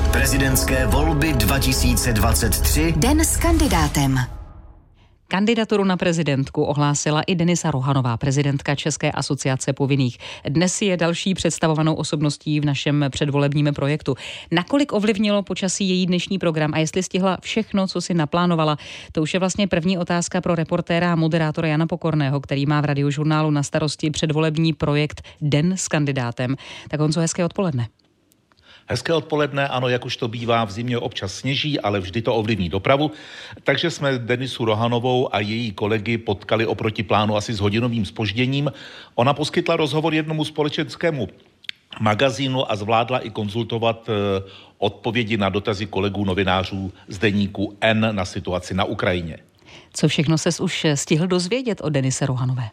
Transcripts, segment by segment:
Prezidentské volby 2023. Den s kandidátem. Kandidaturu na prezidentku ohlásila i Denisa Rohanová, prezidentka České asociace povinných. Dnes je další představovanou osobností v našem předvolebním projektu. Nakolik ovlivnilo počasí její dnešní program a jestli stihla všechno, co si naplánovala? To už je vlastně první otázka pro reportéra a moderátora Jana Pokorného, který má v Radiožurnálu na starosti předvolební projekt Den s kandidátem. Tak Honzo, hezké odpoledne. Hezké odpoledne, ano, jak už to bývá, v zimě občas sněží, ale vždy to ovlivní dopravu. Takže jsme Denisu Rohanovou a její kolegy potkali oproti plánu asi s hodinovým zpožděním. Ona poskytla rozhovor jednomu společenskému magazínu a zvládla i konzultovat odpovědi na dotazy kolegů novinářů z deníku N na situaci na Ukrajině. Co všechno ses už stihl dozvědět o Denise Rohanové?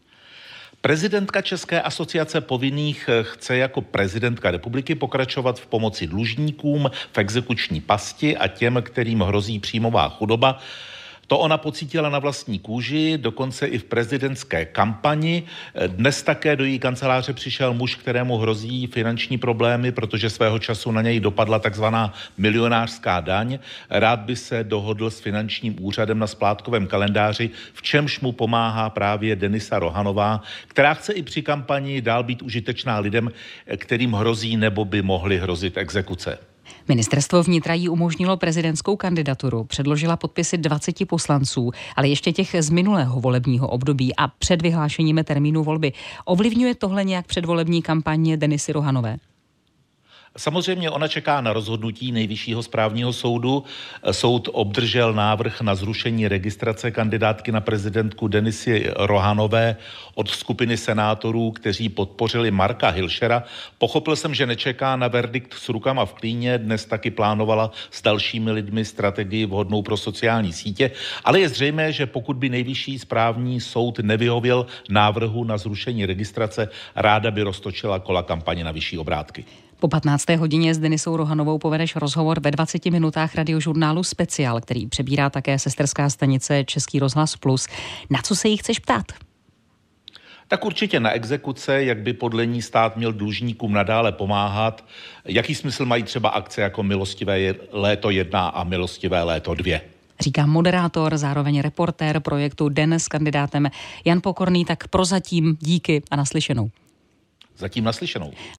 Prezidentka České asociace povinných chce jako prezidentka republiky pokračovat v pomoci dlužníkům v exekuční pasti a těm, kterým hrozí příjmová chudoba. To ona pocítila na vlastní kůži, dokonce i v prezidentské kampani. Dnes také do její kanceláře přišel muž, kterému hrozí finanční problémy, protože svého času na něj dopadla takzvaná milionářská daň. Rád by se dohodl s finančním úřadem na splátkovém kalendáři, v čemž mu pomáhá právě Denisa Rohanová, která chce i při kampani dál být užitečná lidem, kterým hrozí nebo by mohly hrozit exekuce. Ministerstvo vnitra jí umožnilo prezidentskou kandidaturu, předložila podpisy 20 poslanců, ale ještě těch z minulého volebního období a před vyhlášením termínu volby. Ovlivňuje tohle nějak předvolební kampaně Denisy Rohanové? Samozřejmě ona čeká na rozhodnutí Nejvyššího správního soudu. Soud obdržel návrh na zrušení registrace kandidátky na prezidentku Denisy Rohanové od skupiny senátorů, kteří podpořili Marka Hilšera. Pochopil jsem, že nečeká na verdikt s rukama v klíně, dnes taky plánovala s dalšími lidmi strategii vhodnou pro sociální sítě, ale je zřejmé, že pokud by Nejvyšší správní soud nevyhověl návrhu na zrušení registrace, ráda by roztočila kola kampaně na vyšší obrátky. Po 15. hodině s Denisou Rohanovou povedeš rozhovor ve 20 minutách Radiožurnálu Speciál, který přebírá také sesterská stanice Český rozhlas Plus. Na co se jí chceš ptát? Tak určitě na exekuce, jak by podle ní stát měl dlužníkům nadále pomáhat. Jaký smysl mají třeba akce jako Milostivé léto 1 a Milostivé léto 2? Říká moderátor, zároveň reportér projektu Den s kandidátem Jan Pokorný, tak prozatím díky a naslyšenou. Zatím naslyšenou.